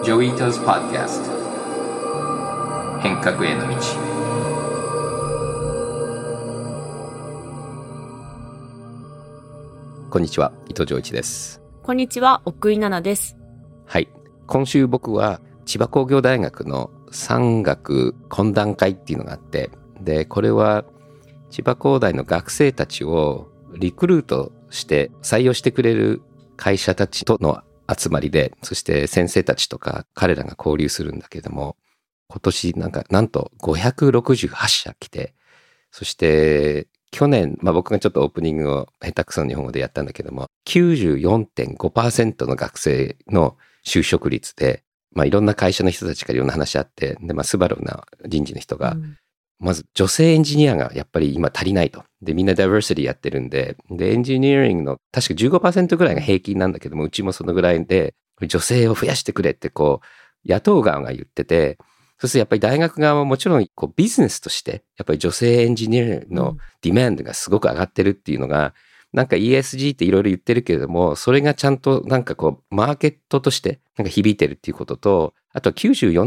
ジョイトズ・ポッドキャスト変革への道。 こんにちは、伊藤浄一です。 こんにちは、奥井奈々です。 はい、今週僕は千葉工業大学の産学懇談会っていうのがあって、でこれは千葉工大の学生たちをリクルートして採用してくれる会社たちとの集まりで、そして先生たちとか彼らが交流するんだけども、今年なんと568社来て、そして去年、僕がちょっとオープニングを下手くその日本語でやったんだけども、 94.5% の学生の就職率で、いろんな会社の人たちからいろんな話あって、で、スバルの人事の人が、まず女性エンジニアがやっぱり今足りないと。で、みんなダイバーシティやってるんで、で、エンジニアリングの確か 15% ぐらいが平均なんだけども、うちもそのぐらいで、女性を増やしてくれって雇う側が言ってて、そしてやっぱり大学側ももちろんビジネスとして、やっぱり女性エンジニアのディマンドがすごく上がってるっていうのが、ESG っていろいろ言ってるけれども、それがちゃんとマーケットとして響いてるっていうことと、あとは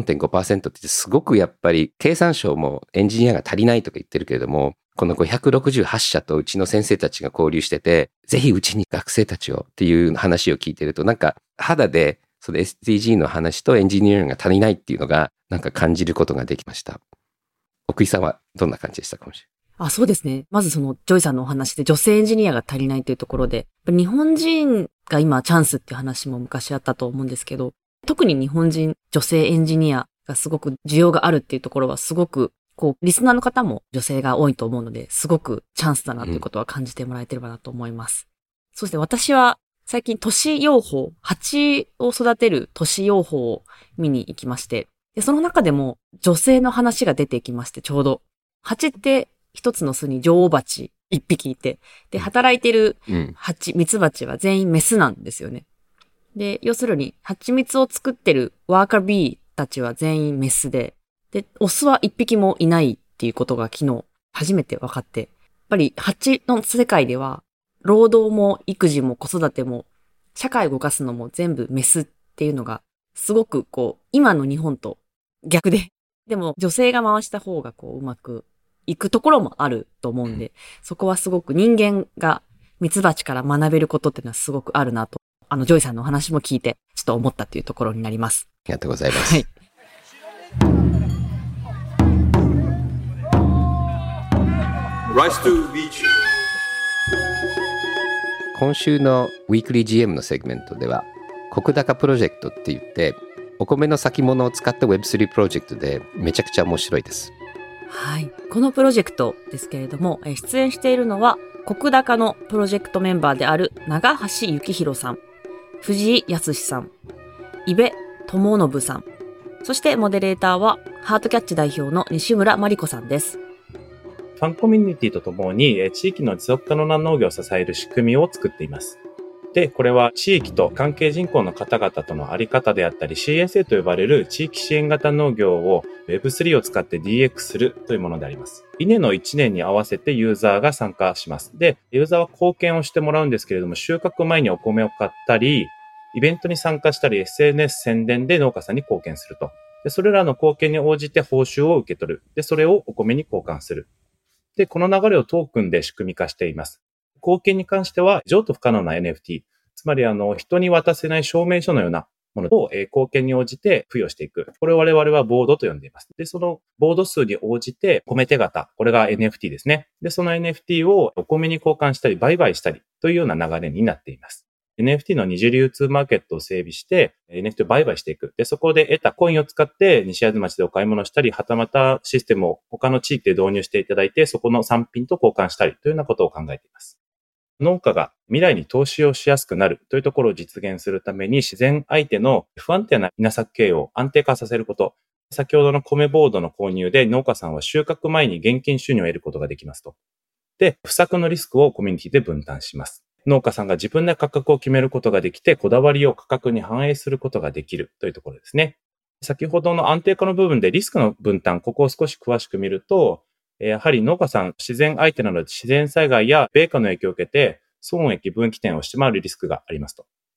94.5% ってすごくやっぱり経産省もエンジニアが足りないとか言ってるけれども、この568社とうちの先生たちが交流してて、ぜひうちに学生たちをっていう話を聞いてると、肌でその SDG の話とエンジニアが足りないっていうのが感じることができました。奥井さんはどんな感じでしたか？今週。 そうですね。まずそのジョイさんのお話で女性エンジニアが足りないというところで、日本人が今チャンスっていう話も昔あったと思うんですけど、特に日本人女性エンジニアがすごく需要があるっていうところはすごくリスナーの方も女性が多いと思うので、すごくチャンスだなということは感じてもらえてればなと思います。そして私は最近都市養蜂、蜂を育てる都市養蜂を見に行きまして、でその中でも女性の話が出てきまして、ちょうど蜂って一つの巣に女王蜂一匹いて、で働いてるミツバチは全員メスなんですよね。で要するに蜂蜜を作ってるワーカービーたちは全員メスで、オスは一匹もいないっていうことが昨日初めて分かって、やっぱり蜂の世界では労働も育児も子育ても社会を動かすのも全部メスっていうのがすごく今の日本と逆で、でも女性が回した方がうまくいくところもあると思うんで、そこはすごく人間がミツバチから学べることっていうのはすごくあるなと、ジョイさんのお話も聞いてちょっと思ったっていうところになります。 ありがとうございます。はい。今週のウィークリー GM のセグメントでは、国高プロジェクトって言って、お米の先物を使った Web3 プロジェクトでめちゃくちゃ面白いです。 はい。このプロジェクトですけれども、出演しているのは、国高のプロジェクトメンバーである長橋幸宏さん、藤井康さん、伊部智信さん、そしてモデレーターはハートキャッチ代表の西村真理子さんです。 ファンコミュニティとともに地域の持続可能な農業を支える仕組みを作っています。で、これは地域と関係人口の方々とのあり方であったり CSA と呼ばれる地域支援型農業を Web3 を使って DX するというものであります。稲の1年に合わせてユーザーが参加します。で、ユーザーは貢献をしてもらうんですけれども、収穫前にお米を買ったり、イベントに参加したり SNS 宣伝で農家さんに貢献すると。で、それらの貢献に応じて報酬を受け取る。で、それをお米に交換する。で、この流れをトークンで仕組み化しています。貢献に関しては、譲渡不可能な NFT、つまり人に渡せない証明書のようなものを貢献に応じて付与していく。これを我々はボードと呼んでいます。で、そのボード数に応じて米手形、これが NFT ですね。で、その NFT をお米に交換したり売買したりというような流れになっています。NFT の二次流通マーケットを整備して NFT を売買していく。で、そこで得たコインを使って西会津町でお買い物したり、はたまたシステムを他の地域で導入していただいて、そこの産品と交換したりというようなことを考えています。農家が未来に投資をしやすくなるというところを実現するために、自然相手の不安定な稲作経営を安定化させること。先ほどの米ボードの購入で農家さんは収穫前に現金収入を得ることができますと。で、不作のリスクをコミュニティで分担します。農家さんが自分で価格を決めることができて、こだわりを価格に反映することができるというところですね。先ほどの安定化の部分でリスクの分担、ここを少し詳しく見ると、やはり農家さん、自然相手なので自然災害や米価の影響を受けて、損益分岐点を下回るリスクがありますと。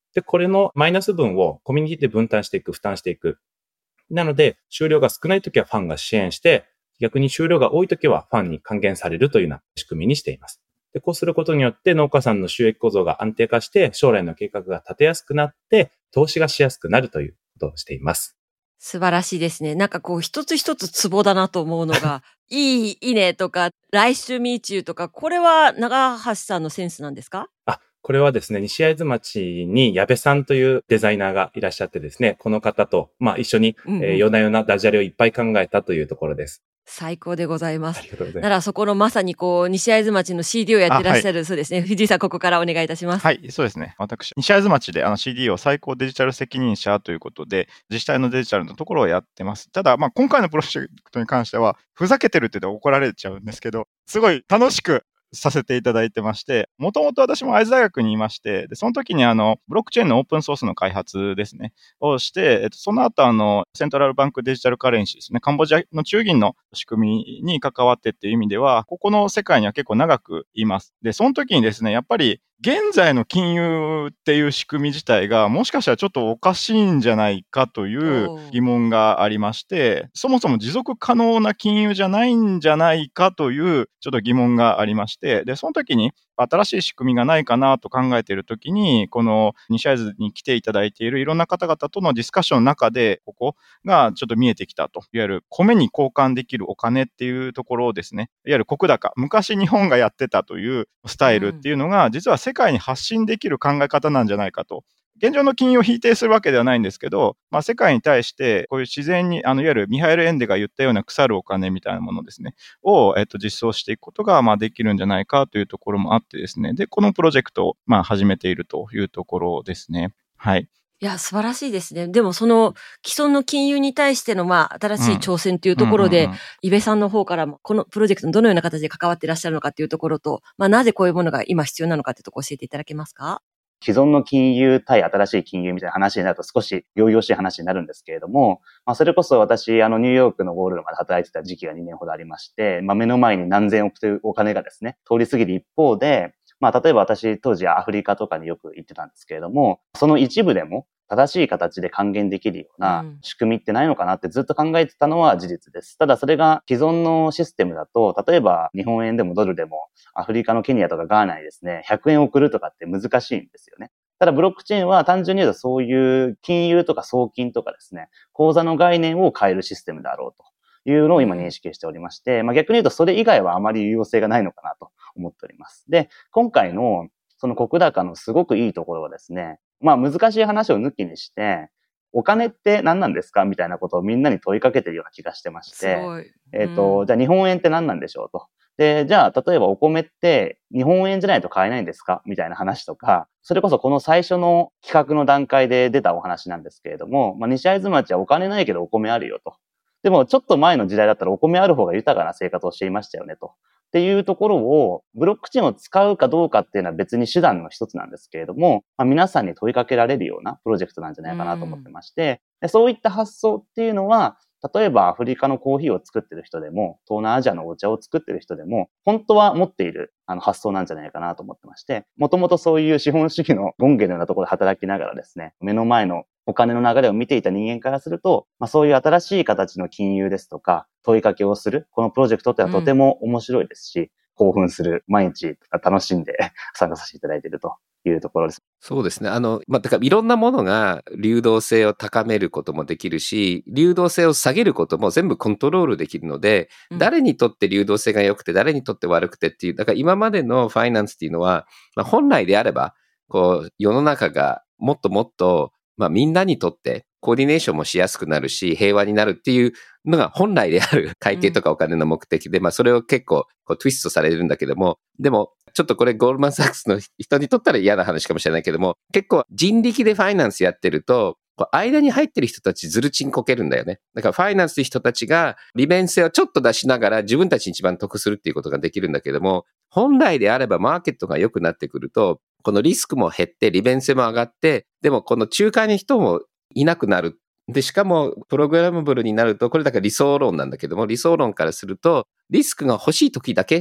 で、これのマイナス分をコミュニティで分担していく、負担していく。なので、収量が少ないときはファンが支援して、逆に収量が多いときはファンに還元されるというような仕組みにしています。で、こうすることによって農家さんの収益構造が安定化して、将来の計画が立てやすくなって、投資がしやすくなるということをしています。 素晴らしいですね。なんかこう一つ一つツボだなと思うのが、いいねとか、来週ミーチューとか、これは長橋さんのセンスなんですか？ これはですね、西会津町に矢部さんというデザイナーがいらっしゃってですね、この方と、一緒に、夜な夜なダジャレをいっぱい考えたというところです。 最高でございます。 ありがとうございます。 ならそこのまさにこう、西会津町の CD をやってらっしゃる、そうですね。藤井さん、ここからお願いいたします。 はい、そうですね。私、西会津町でCD を最高デジタル責任者ということで、自治体のデジタルのところをやってます。ただ、今回のプロジェクトに関しては、ふざけてるって言って怒られちゃうんですけど、すごい楽しくさせていただいてまして、もともと私も会津大学にいまして、で、その時にブロックチェーンのオープンソースの開発ですね、をして、その後セントラルバンクデジタルカレンシーですね、カンボジアの中銀の仕組みに関わってっていう意味では、ここの世界には結構長くいます。で、その時にですね、やっぱり、現在の金融っていう仕組み自体がもしかしたらちょっとおかしいんじゃないかという疑問がありまして、そもそも持続可能な金融じゃないんじゃないかというちょっと疑問がありまして、で、その時に新しい仕組みがないかなと考えている時に、この西会津に来ていただいているいろんな方々とのディスカッションの中で、ここがちょっと見えてきたと。いわゆる米に交換できるお金っていうところをですね、いわゆる石高、昔日本がやってたというスタイルっていうのが、実は世界に発信できる考え方なんじゃないかと。現状の金融を否定するわけではないんですけど、世界に対して、こういう自然に、いわゆるミハエル・エンデが言ったような腐るお金みたいなものですね、を、実装していくことが、できるんじゃないかというところもあってですね、で、このプロジェクトを、始めているというところですね。はい。 いや、素晴らしいですね。でもその既存の金融に対しての新しい挑戦というところで、伊部さんの方からもこのプロジェクトにどのような形で関わっていらっしゃるのかというところと、なぜこういうものが今必要なのかというところを教えていただけますか？ 既存の金融対新しい金融みたいな話になると少し仰々しい話になるんですけれども、それこそ私、ニューヨークのウォールローまで働いてた時期が2年ほどありまして、目の前に何千億というお金がですね、通り過ぎる一方で、例えば私当時アフリカとかによく行ってたんですけれども、その一部でも正しい形で還元できるような仕組みってないのかなってずっと考えてたのは事実です。ただそれが既存のシステムだと、例えば日本円でもドルでもアフリカのケニアとかガーナにですね、100円送るとかって難しいんですよね。ただブロックチェーンは単純に言うとそういう金融とか送金とかですね、口座の概念を変えるシステムであろうというのを今認識しておりまして、逆に言うとそれ以外はあまり有用性がないのかなと思っております。で、今回のその石高のすごくいいところはですね、難しい話を抜きにして、お金って何なんですかみたいなことをみんなに問いかけてるような気がしてまして、じゃあ日本円って何なんでしょうと。で、じゃあ例えばお米って日本円じゃないと買えないんですかみたいな話とか、それこそこの最初の企画の段階で出たお話なんですけれども、西会津町はお金ないけどお米あるよと。でもちょっと前の時代だったらお米ある方が豊かな生活をしていましたよねと。っていうところを、ブロックチェーンを使うかどうかっていうのは別に手段の一つなんですけれども、皆さんに問いかけられるようなプロジェクトなんじゃないかなと思ってまして、でそういった発想っていうのは、例えばアフリカのコーヒーを作ってる人でも、東南アジアのお茶を作ってる人でも、本当は持っている発想なんじゃないかなと思ってまして、もともとそういう資本主義の権限のようなところで働きながらですね、目の前のお金の流れを見ていた人間からすると、そういう新しい形の金融ですとか、問いかけをする、このプロジェクトってのはとても面白いですし、興奮する、毎日楽しんで参加させていただいているというところです。 そうですね。だからいろんなものが流動性を高めることもできるし、流動性を下げることも全部コントロールできるので、誰にとって流動性が良くて、誰にとって悪くてっていう、だから今までのファイナンスっていうのは、本来であれば、世の中がもっともっと、みんなにとってコーディネーションもしやすくなるし、平和になるっていうのが本来である会計とかお金の目的で、それを結構トゥイストされるんだけども、でも、ちょっとこれゴールドマン・サックスの人にとったら嫌な話かもしれないけども、結構人力でファイナンスやってると、間に入ってる人たちずるちんこけるんだよね。だからファイナンスって人たちが利便性をちょっと出しながら自分たちに一番得するっていうことができるんだけども、本来であればマーケットが良くなってくると、このリスクも減って利便性も上がって、でもこの仲介の人もいなくなる。で、しかもプログラムブルになると、これだから理想論なんだけども、理想論からすると、リスクが欲しい時だけ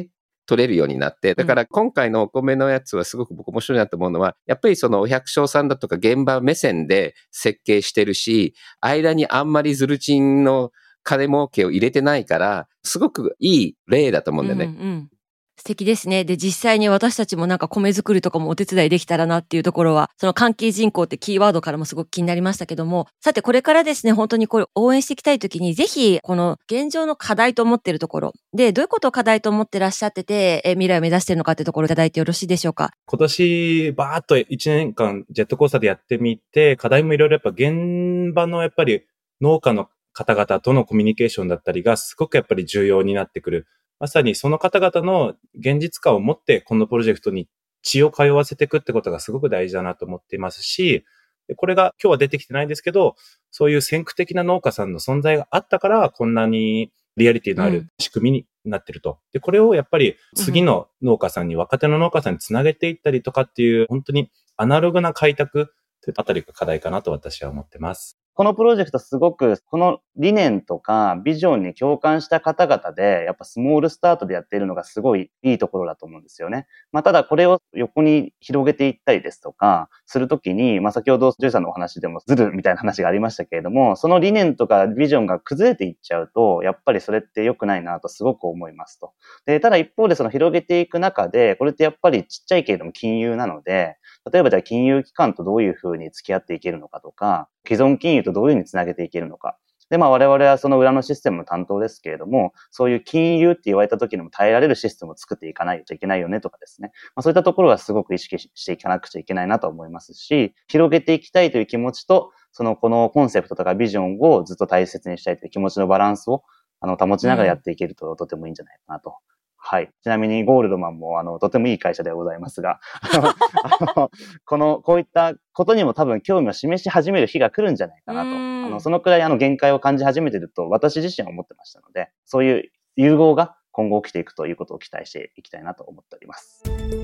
取れるようになって、だから今回のお米のやつはすごく僕面白いなと思うのは、やっぱりそのお百姓さんだとか現場目線で設計してるし、間にあんまりズルチンの金儲けを入れてないから、すごくいい例だと思うんだよね。 素敵ですね。で、実際に私たちもなんか米作りとかもお手伝いできたらなっていうところは、その関係人口ってキーワードからもすごく気になりましたけども、さてこれからですね、本当にこれ応援していきたいときに、ぜひこの現状の課題と思っているところで、どういうことを課題と思ってらっしゃってて、未来を目指しているのかっていうところをいただいてよろしいでしょうか。 今年、バーっと1年間ジェットコースターでやってみて、課題もいろいろやっぱ現場のやっぱり農家の方々とのコミュニケーションだったりがすごくやっぱり重要になってくる。まさにその方々の現実感を持ってこのプロジェクトに血を通わせていくってことがすごく大事だなと思っていますし、これが今日は出てきてないんですけど、そういう先駆的な農家さんの存在があったから、こんなにリアリティのある仕組みになってると。で、これをやっぱり次の農家さんに、若手の農家さんにつなげていったりとかっていう、本当にアナログな開拓というあたりが課題かなと私は思ってます。 このプロジェクトすごくこの理念とかビジョンに共感した方々でやっぱスモールスタートでやっているのがすごいいいところだと思うんですよね。ただこれを横に広げていったりですとかするときに、先ほどジョイさんのお話でもズルみたいな話がありましたけれども、その理念とかビジョンが崩れていっちゃうとやっぱりそれって良くないなとすごく思いますと。で、ただ一方でその広げていく中でこれってやっぱりちっちゃいけれども金融なので、例えばじゃあ金融機関とどういうふうに付き合っていけるのかとか、既存金融とどういうふうにつなげていけるのか。で、我々はその裏のシステムの担当ですけれども、そういう金融って言われた時にも耐えられるシステムを作っていかないといけないよねとかですね。そういったところはすごく意識していかなくちゃいけないなと思いますし、広げていきたいという気持ちと、このコンセプトとかビジョンをずっと大切にしたいという気持ちのバランスを保ちながらやっていけるととてもいいんじゃないかなと。はい。ちなみにゴールドマンもとてもいい会社ではございますが、こういったことにも多分興味を示し始める日が来るんじゃないかなと。そのくらい限界を感じ始めていると私自身は思ってましたので、そういう融合が今後起きていくということを期待していきたいなと思っております。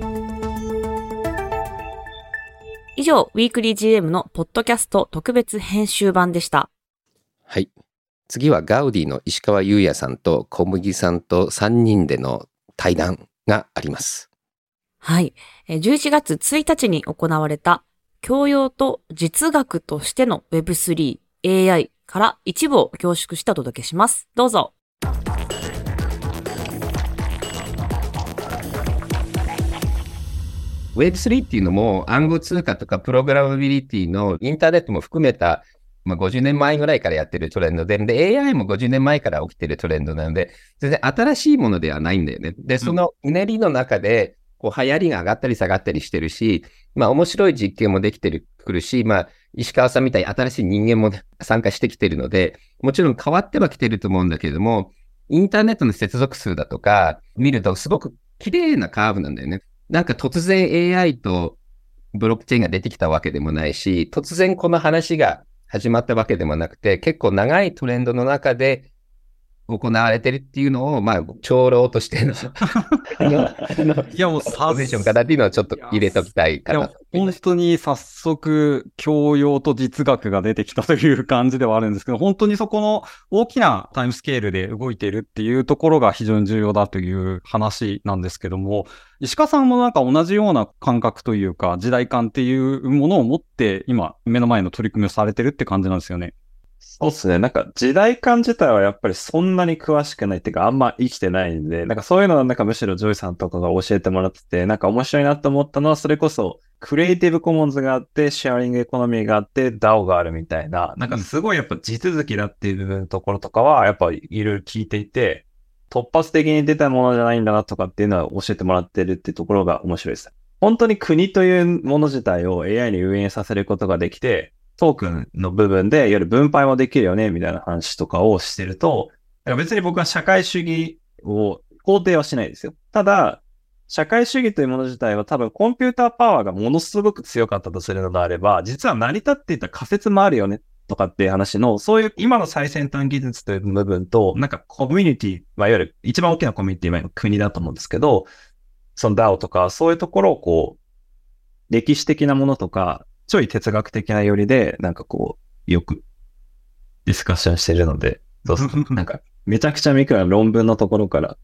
以上、ウィークリー GM のポッドキャスト特別編集版でした。 はい。次はガウディの石川裕也さんと小麦さんと3人での対談があります。 はい。11月1日に行われた教養と実学としての Web3 AI から一部を凝縮してお届けします。どうぞ。 Web3 っていうのも暗号通貨とかプログラマビリティのインターネットも含めた50年前ぐらいからやってるトレンドで、AI も50年前から起きてるトレンドなので、全然新しいものではないんだよね。で、そのうねりの中で、流行りが上がったり下がったりしてるし、面白い実験もできてくるし、石川さんみたいに新しい人間も参加してきてるので、もちろん変わってはきてると思うんだけれども、インターネットの接続数だとか見るとすごく綺麗なカーブなんだよね。なんか突然 AI とブロックチェーンが出てきたわけでもないし、突然この話が始まったわけでもなくて、結構長いトレンドの中で行われてるっていうのを、長老としてのいやもうポジションかなっていうのをちょっと入れときたいかなと。 本当に早速、教養と実学が出てきたという感じではあるんですけど、本当にそこの大きなタイムスケールで動いているっていうところが非常に重要だという話なんですけども、石川さんもなんか同じような感覚というか、時代感っていうものを持って今、目の前の取り組みをされてるって感じなんですよね。 そうですね。なんか時代感自体はやっぱりそんなに詳しくないっていうかあんま生きてないんで、なんかそういうのはなんかむしろジョイさんとかが教えてもらってて、なんか面白いなと思ったのはそれこそクリエイティブコモンズがあって、シェアリングエコノミーがあって、DAO があるみたいな、なんかすごいやっぱ地続きだっていう部分のところとかはやっぱいろいろ聞いていて、突発的に出たものじゃないんだなとかっていうのは教えてもらってるっていうところが面白いです。本当に国というもの自体を AI に運営させることができて、トークンの部分でいわゆる分配もできるよねみたいな話とかをしてると、別に僕は社会主義を肯定はしないですよ。ただ、社会主義というもの自体は多分コンピューターパワーがものすごく強かったとするのであれば、実は成り立っていた仮説もあるよねとかっていう話の、そういう今の最先端技術という部分と、なんかコミュニティ、いわゆる一番大きなコミュニティは今国だと思うんですけど、その DAO とかそういうところを歴史的なものとか、ちょい哲学的な寄りで、なんかよくディスカッションしてるので、なんかめちゃくちゃミクロな論文のところから、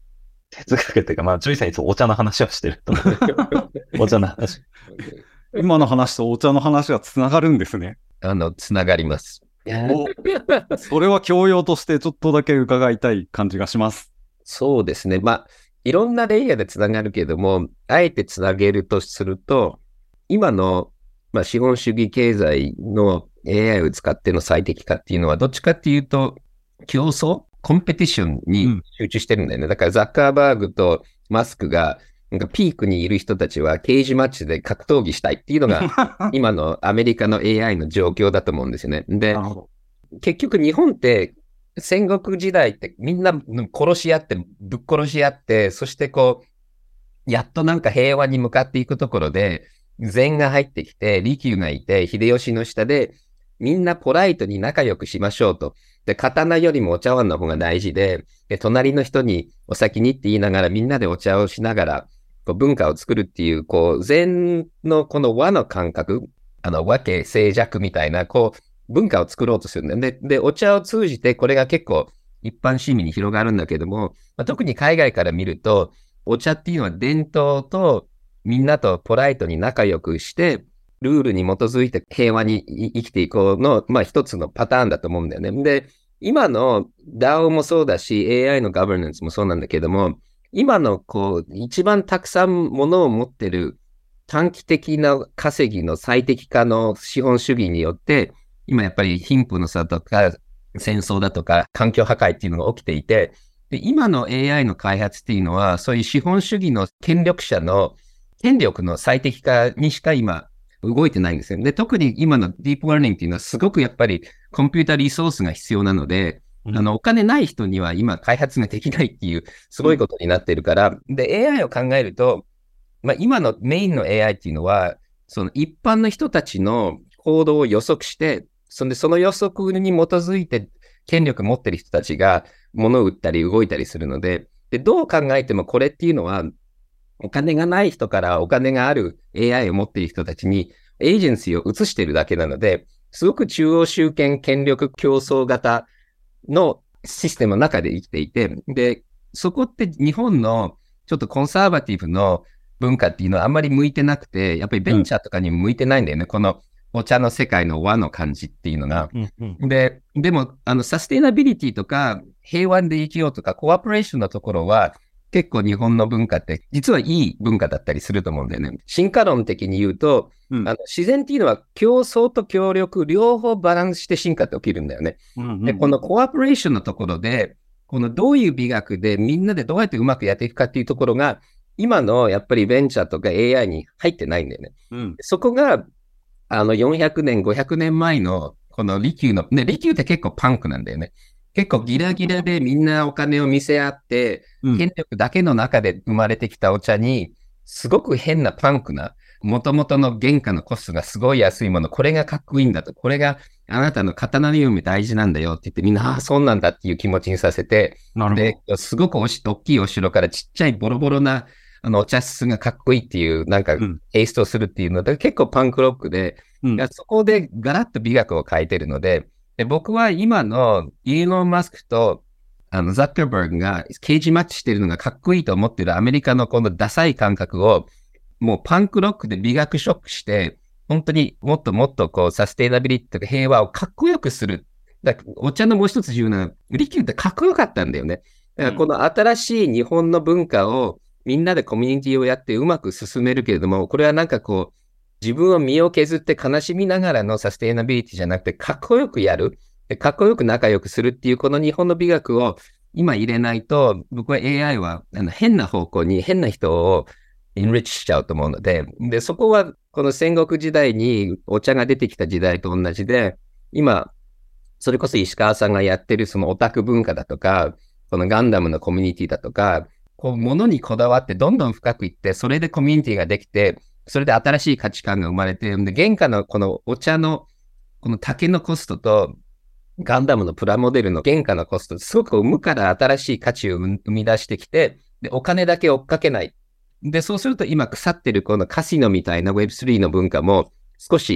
哲学っていうか、まあ、ジョイさんいつもお茶の話をしてると思うんだけど、お茶の話。 今の話とお茶の話がつながるんですね。 つながります。 お、それは教養としてちょっとだけ伺いたい感じがします。 そうですね。まあ、いろんなレイヤーでつながるけども、あえてつなげるとすると、今の、まあ、資本主義経済の AI を使っての最適化っていうのは、どっちかっていうと、競争コンペティションに集中してるんだよね。だからザッカーバーグとマスクが、なんかピークにいる人たちはケージマッチで格闘技したいっていうのが、今のアメリカの AI の状況だと思うんですよね。で、結局日本って戦国時代ってみんな殺し合って、ぶっ殺し合って、そしてこう、やっとなんか平和に向かっていくところで、禅が入ってきて、利休がいて、秀吉の下で、みんなポライトに仲良くしましょうと。で、刀よりもお茶碗の方が大事で、隣の人にお先にって言いながらみんなでお茶をしながら、こう文化を作るっていう、こう、禅のこの和の感覚、和気静寂みたいな、こう、文化を作ろうとするんだよね。で、お茶を通じてこれが結構一般市民に広がるんだけども、まあ、特に海外から見ると、お茶っていうのは伝統とみんなとポライトに仲良くして、ルールに基づいて平和に生きていこうの、まあ一つのパターンだと思うんだよね。で、今の DAO もそうだし、AI のガバナンスもそうなんだけども、今のこう、一番たくさんものを持ってる短期的な稼ぎの最適化の資本主義によって、今やっぱり貧富の差とか戦争だとか環境破壊っていうのが起きていて、で今の AI の開発っていうのは、そういう資本主義の権力者の権力の最適化にしか今動いてないんですよ。で、特に今のディープラーニングっていうのはすごくやっぱりコンピュータリソースが必要なので、お金ない人には今開発ができないっていうすごいことになってるから、で、AI を考えると、まあ、今のメインの AI っていうのは、その一般の人たちの行動を予測して、その予測に基づいて権力を持ってる人たちが物を売ったり動いたりするので、で、どう考えてもこれっていうのは、お金がない人からお金がある AI を持っている人たちにエージェンシーを移しているだけなので、すごく中央集権権力競争型のシステムの中で生きていて、で、そこって日本のちょっとコンサバティブの文化っていうのはあんまり向いてなくて、やっぱりベンチャーとかにも向いてないんだよね。このお茶の世界の和の感じっていうのが。でも、サステイナビリティとか平和で生きようとかコーポレーションのところは結構日本の文化って実はいい文化だったりすると思うんだよね。進化論的に言うと、自然っていうのは競争と協力両方バランスして進化って起きるんだよね。で、このコーポレーションのところで、このどういう美学でみんなでどうやってうまくやっていくかっていうところが、今のやっぱりベンチャーとか AI に入ってないんだよね。そこが、400年、500年前のこの利休の、ね、利休って結構パンクなんだよね。結構ギラギラでみんなお金を見せ合って、権力だけの中で生まれてきたお茶に、すごく変なパンクな、元々の原価のコストがすごい安いもの、これがかっこいいんだと、これがあなたの刀のように大事なんだよって言って、みんな、そうなんだっていう気持ちにさせて、で、すごく大きいお城からちっちゃいボロボロな、お茶室がかっこいいっていう、なんか、テイストするっていうので、結構パンクロックで、そこでガラッと美学を変えてるので、僕は今のイーロン・マスクとザッカーバーグがケージマッチしてるのがかっこいいと思ってるアメリカのこのダサい感覚をもうパンクロックで美学ショックして、本当にもっともっとこうサステイナビリティとか平和をかっこよくする。だからお茶のもう一つ重要な、利休ってかっこよかったんだよね。だからこの新しい日本の文化をみんなでコミュニティをやってうまく進めるけれども、これはなんかこう、自分を身を削って悲しみながらのサステイナビリティじゃなくて、かっこよくやる。かっこよく仲良くするっていう、この日本の美学を今入れないと、僕は AI は変な方向に変な人をエンリッチしちゃうと思うので、で、そこはこの戦国時代にお茶が出てきた時代と同じで、今、それこそ石川さんがやってるそのオタク文化だとか、このガンダムのコミュニティだとか、こう、物にこだわってどんどん深くいって、それでコミュニティができて、それで新しい価値観が生まれて、で、原価のこのお茶の、この竹のコストと、ガンダムのプラモデルの原価のコスト、すごく生むから新しい価値を生み出してきて、で、お金だけ追っかけない。で、そうすると今腐ってるこのカジノみたいな Web3 の文化も少し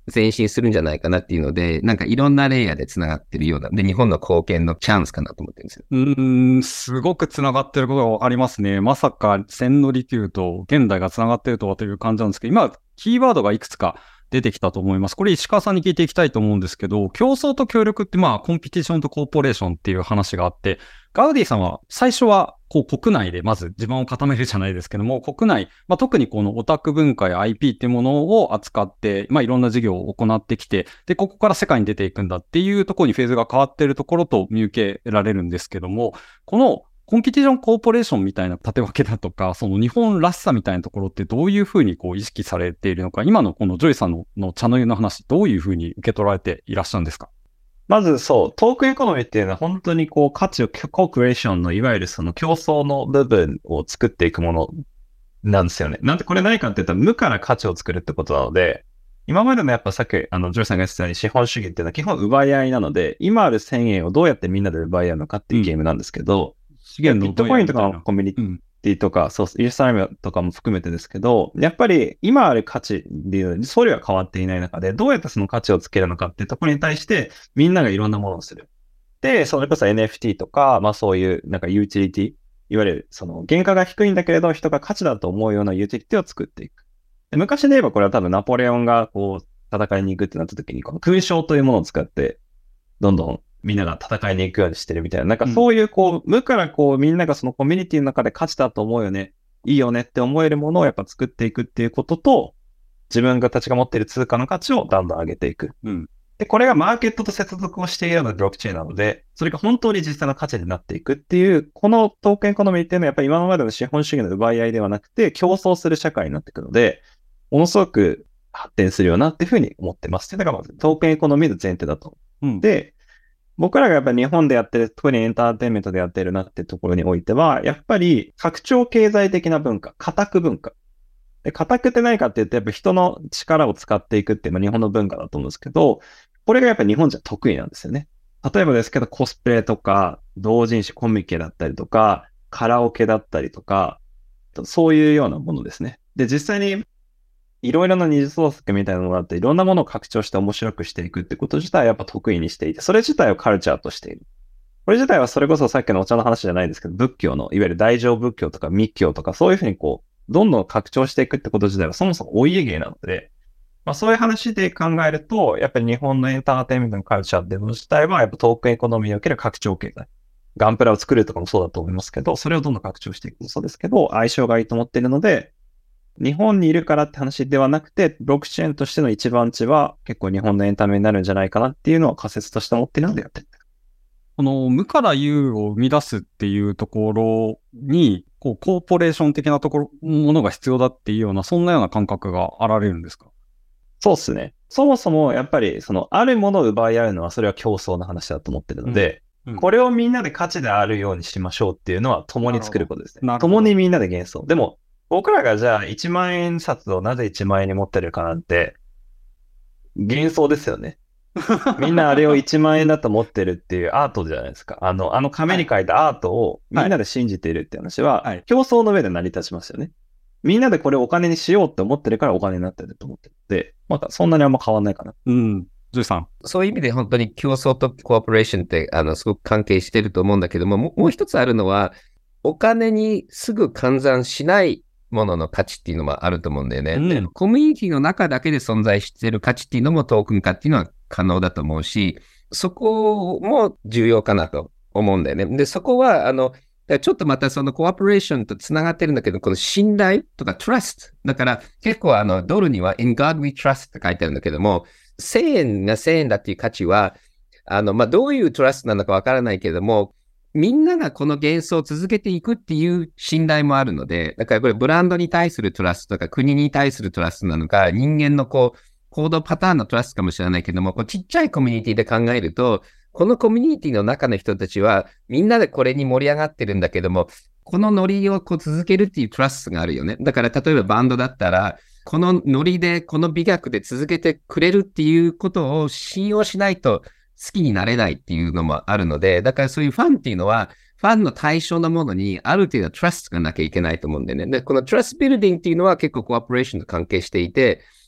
前進するんじゃないかなっていうので、なんかいろんなレイヤーで繋がってるような、で、日本の貢献のチャンスかなと思ってるんですよ。 すごく繋がってることがわかりますね。まさか千利休と現代が繋がってるとはという感じなんですけど、今、キーワードがいくつか出てきたと思います。これ石川さんに聞いていきたいと思うんですけど、競争と協力ってコンペティションとコーポレーションっていう話があって、ガウディさんは最初は国内でまず地盤を固めるじゃないですけども、国内、特にこのオタク文化や IP っていうものを扱って、いろんな事業を行ってきて、で、ここから世界に出ていくんだっていうところにフェーズが変わっているところと見受けられるんですけども、このコンペティションコーポレーションみたいな縦分けだとか、その日本らしさみたいなところってどういうふうに意識されているのか、今のこのジョイさんの茶の湯の話、どういうふうに受け取られていらっしゃるんですか？ まずトークンエコノミーっていうのは本当に価値を、コークレーションのいわゆるその競争の部分を作っていくものなんですよね。なんでこれ何かって言ったら無から価値を作るってことなので、今までのやっぱさっきジョイさんが言ってたように資本主義っていうのは基本奪い合いなので、今ある1000円をどうやってみんなで奪い合うのかっていうゲームなんですけど、ビットコインとかのコミュニティとか、イーサリアムとかも含めてですけど、やっぱり今ある価値っていうのにそれは変わっていない中で、どうやってその価値をつけるのかっていうところに対してみんながいろんなものをする。で、それこそ NFT とか、そういうなんかユーティリティ、いわゆるその原価が低いんだけれど人が価値だと思うようなユーティリティを作っていく。で昔で言えばこれは多分ナポレオンが戦いに行くってなった時にこの勲章というものを使ってどんどんみんなが戦いに行くようにしてるみたいな、なんかそういう無からみんながそのコミュニティの中で価値だと思うよね、いいよねって思えるものをやっぱ作っていくっていうことと、自分たちが持っている通貨の価値をどんどん上げていく。で、これがマーケットと接続をしているようなブロックチェーンなので、それが本当に実際の価値になっていくっていう、このトークンエコノミーっていうのはやっぱり今までの資本主義の奪い合いではなくて、競争する社会になっていくので、ものすごく発展するよなっていうふうに思ってます。だからまずトークンエコノミーの前提だと。で、僕らがやっぱり日本でやってる、特にエンターテインメントでやってるなっていうところにおいては、やっぱり拡張経済的な文化、家宅文化。で、家宅って何かって言って、やっぱ人の力を使っていくっていうのは日本の文化だと思うんですけど、これがやっぱり日本じゃ得意なんですよね。例えばですけど、コスプレとか、同人誌コミケだったりとか、カラオケだったりとか、そういうようなものですね。で、実際に、いろいろな二次創作みたいなのがあって、いろんなものを拡張して面白くしていくってこと自体はやっぱ得意にしていて、それ自体をカルチャーとしている。これ自体はそれこそさっきのお茶の話じゃないですけど、仏教の、いわゆる大乗仏教とか密教とか、そういうふうにどんどん拡張していくってこと自体はそもそもお家芸なので、そういう話で考えると、やっぱり日本のエンターテインメントのカルチャーっていうの自体は、やっぱトークンエコノミーにおける拡張経済。ガンプラを作るとかもそうだと思いますけど、それをどんどん拡張していくもそうですけど、相性がいいと思っているので、日本にいるからって話ではなくて、ブロックチェーンとしての一番地は結構日本のエンタメになるんじゃないかなっていうのは仮説として思っているのでやってる。 この無から有を生み出すっていうところに、コーポレーション的なものが必要だっていうような、そんなような感覚があられるんですか？ そうですね。そもそもやっぱりあるものを奪い合うのはそれは競争の話だと思ってるので、これをみんなで価値であるようにしましょうっていうのは共に作ることですね。共にみんなで幻想。でも、僕らがじゃあ1万円札をなぜ1万円に持ってるかなんて、幻想ですよね。みんなあれを1万円だと思ってるっていうアートじゃないですか。あの紙に書いたアートをみんなで信じているっていう話は、競争の上で成り立ちますよね。みんなでこれをお金にしようって思ってるからお金になってると思ってるので、そんなにあんま変わんないかな。 ジョイさん。 そういう意味で本当に競争とコーポレーションってすごく関係してると思うんだけども、もう一つあるのは、お金にすぐ換算しないものの価値っていうのもあると思うんだよね。でコミュニティの中だけで存在している価値っていうのもトークン化っていうのは可能だと思うし、そこも重要かなと思うんだよね。で、そこは、ちょっとまたそのコーポレーションとつながってるんだけど、この信頼とか trust。だから結構ドルには in God we trust って書いてあるんだけども、1000円が1000円だっていう価値は、どういうトラストなのかわからないけれども、みんながこの幻想を続けていくっていう信頼もあるので、だからこれブランドに対するトラストとか国に対するトラストなのか、人間の行動パターンのトラストかもしれないけども、ちっちゃいコミュニティで考えると、このコミュニティの中の人たちはみんなでこれに盛り上がってるんだけども、このノリを続けるっていうトラストがあるよね。だから例えばバンドだったら、このノリで、この美学で続けてくれるっていうことを信用しないと好きになれないっていうのもあるので、だからそういうファンっていうのは、ファンの対象のものにある程度トラストがなきゃいけないと思うんでね。で、このトラストビルディングっていうのは結構コーポレーションと関係していて、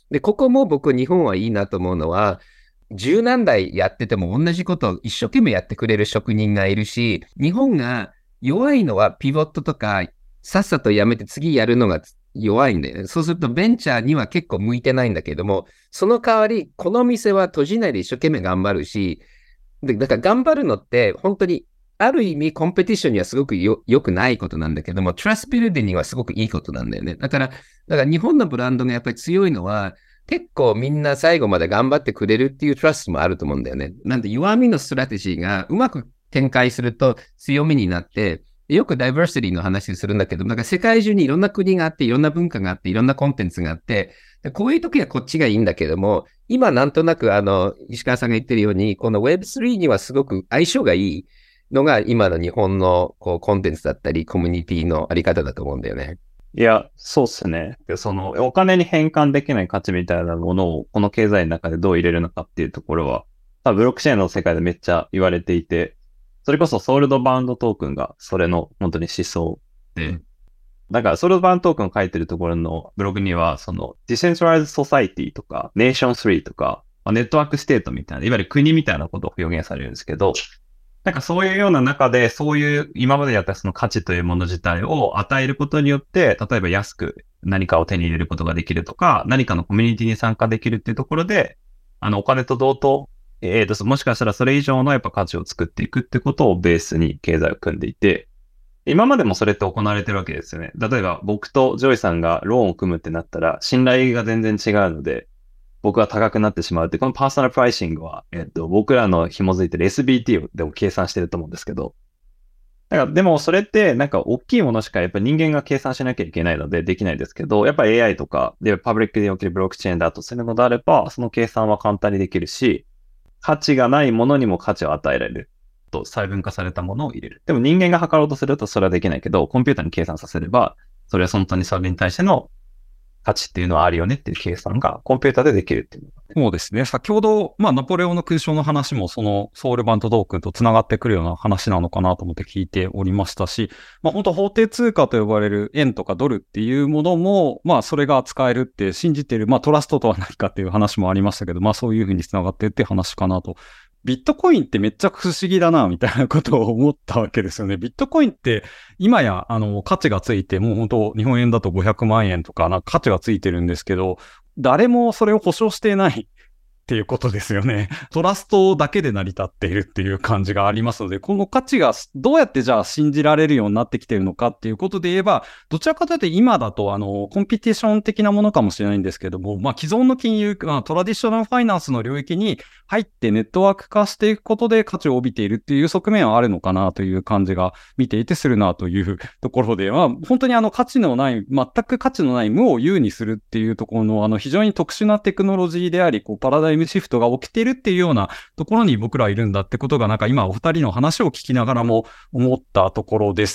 で、ここも僕日本はいいなと思うのは、十何代やってても同じことを一生懸命やってくれる職人がいるし、日本が弱いのはピボットとか、さっさとやめて次やるのが弱いんだよね。そうするとベンチャーには結構向いてないんだけども、その代わり、この店は閉じないで一生懸命頑張るし、だから頑張るのって本当にある意味コンペティションにはすごく良くないことなんだけども、トラストビルディングにはすごくいいことなんだよね。だから日本のブランドがやっぱり強いのは、結構みんな最後まで頑張ってくれるっていうトラストもあると思うんだよね。なんで弱みのストラテジーがうまく展開すると強みになって、よくダイバーシティの話するんだけど、なんか世界中にいろんな国があって、いろんな文化があって、いろんなコンテンツがあって、こういう時はこっちがいいんだけども、今なんとなく石川さんが言ってるように、この Web3 にはすごく相性がいいのが今の日本のこうコンテンツだったり、コミュニティのあり方だと思うんだよね。 いや、そうっすね。お金に変換できない価値みたいなものを、この経済の中でどう入れるのかっていうところは、多分ブロックチェーンの世界でめっちゃ言われていて、それこそソールドバウンドトークンがそれの本当に思想で、だからソールドバウンドトークンを書いてるところのブログには、Decentralized Society とか Nation 3とか、ネットワークステートみたいな、いわゆる国みたいなことを表現されるんですけど、なんかそういうような中で、そういう今までやったその価値というもの自体を与えることによって、例えば安く何かを手に入れることができるとか、何かのコミュニティに参加できるっていうところで、お金と同等、もしかしたらそれ以上のやっぱ価値を作っていくってことをベースに経済を組んでいて、今までもそれって行われてるわけですよね。例えば僕とジョイさんがローンを組むってなったら、信頼が全然違うので、僕は高くなってしまうって、このパーソナルプライシングは、僕らの紐づいてる SBT でも計算してると思うんですけど、だからでもそれってなんか大きいものしかやっぱ人間が計算しなきゃいけないのでできないですけど、やっぱり AI とかでパブリックで起きるブロックチェーンだとするのであれば、その計算は簡単にできるし、価値がないものにも価値を与えられると細分化されたものを入れる。でも人間が測ろうとするとそれはできないけど、コンピューターに計算させれば、それは本当にそれに対しての価値っていうのはあるよねっていう計算がコンピューターでできるっていう。 そうですね。先ほど、ナポレオンの勲章の話もそのソウルバンドトークンと繋がってくるような話なのかなと思って聞いておりましたし、本当法定通貨と呼ばれる円とかドルっていうものも、それが使えるって信じてる、トラストとは何かっていう話もありましたけど、そういうふうに繋がってっていう話かなと。ビットコインってめっちゃ不思議だな、みたいなことを思ったわけですよね。ビットコインって、今や、価値がついて、もう本当、日本円だと500万円とか、価値がついてるんですけど、誰もそれを保証していないっていうことですよね。トラストだけで成り立っているっていう感じがありますので、この価値がどうやってじゃあ信じられるようになってきているのかっていうことで言えば、どちらかというと今だとコンピティション的なものかもしれないんですけども、既存の金融、トラディショナルファイナンスの領域に入ってネットワーク化していくことで価値を帯びているっていう側面はあるのかなという感じが見ていてするなというところで、本当に価値のない、全く価値のない無を有にするっていうところの非常に特殊なテクノロジーであり、パラダイムシフトが起きているっていうようなところに僕らいるんだってことがなんか今お二人の話を聞きながらも思ったところです。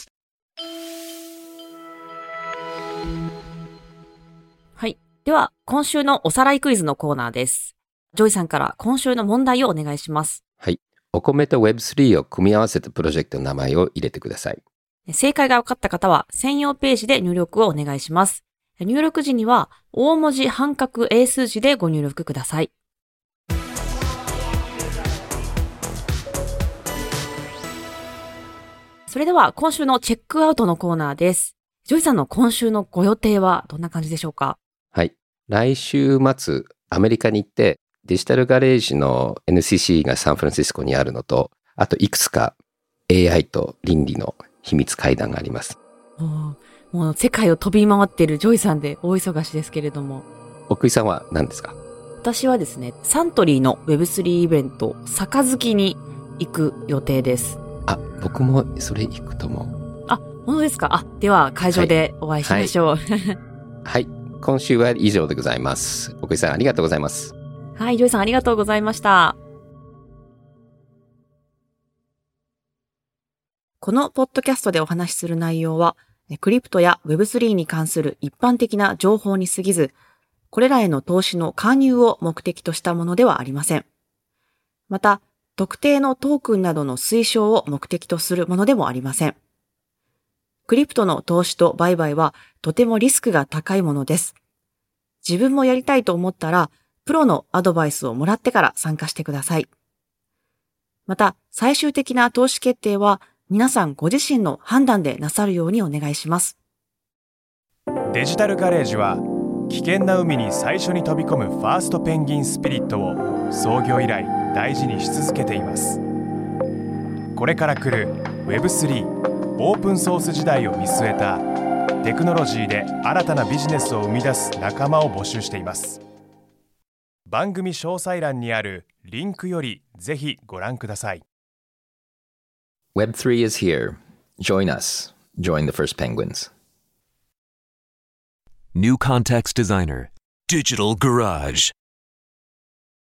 はい。では、今週のおさらいクイズのコーナーです。ジョイさんから今週の問題をお願いします。 はい。お米と Web3 を組み合わせたプロジェクトの名前を入れてください。 正解が分かった方は専用ページで入力をお願いします。入力時には大文字半角英数字でご入力ください。それでは今週のチェックアウトのコーナーです。ジョイさんの今週のご予定はどんな感じでしょうか？ はい。来週末、アメリカに行って、デジタルガレージの NCC がサンフランシスコにあるのと、あといくつか AI と倫理の秘密会談があります。 もう世界を飛び回っているジョイさんで大忙しですけれども。 奥井さんは何ですか？ 私はですね、サントリーの Web3 イベント、杯に行く予定です。 僕もそれ行くと思う。 本当ですか？では会場でお会いしましょう。 はい。今週は以上でございます。奥井さんありがとうございます。 はい、ジョイさんありがとうございました。このポッドキャストでお話しする内容は、クリプトや Web3 に関する一般的な情報に過ぎず、これらへの投資の勧誘を目的としたものではありません。また、特定のトークンなどの推奨を目的とするものでもありません。クリプトの投資と売買はとてもリスクが高いものです。 自分もやりたいと思ったら、プロのアドバイスをもらってから参加してください。また、最終的な投資決定は皆さんご自身の判断でなさるようにお願いします。 デジタルガレージは危険な海に最初に飛び込むファーストペンギンスピリットを創業以来大事にし続けています。これから来る Web3 オープンソース時代を見据えたテクノロジーで新たなビジネスを生み出す仲間を募集しています。番組詳細欄にあるリンクよりぜひご覧ください。 Web3 is here. Join us. Join the first penguins. New Context Designer, Digital Garage.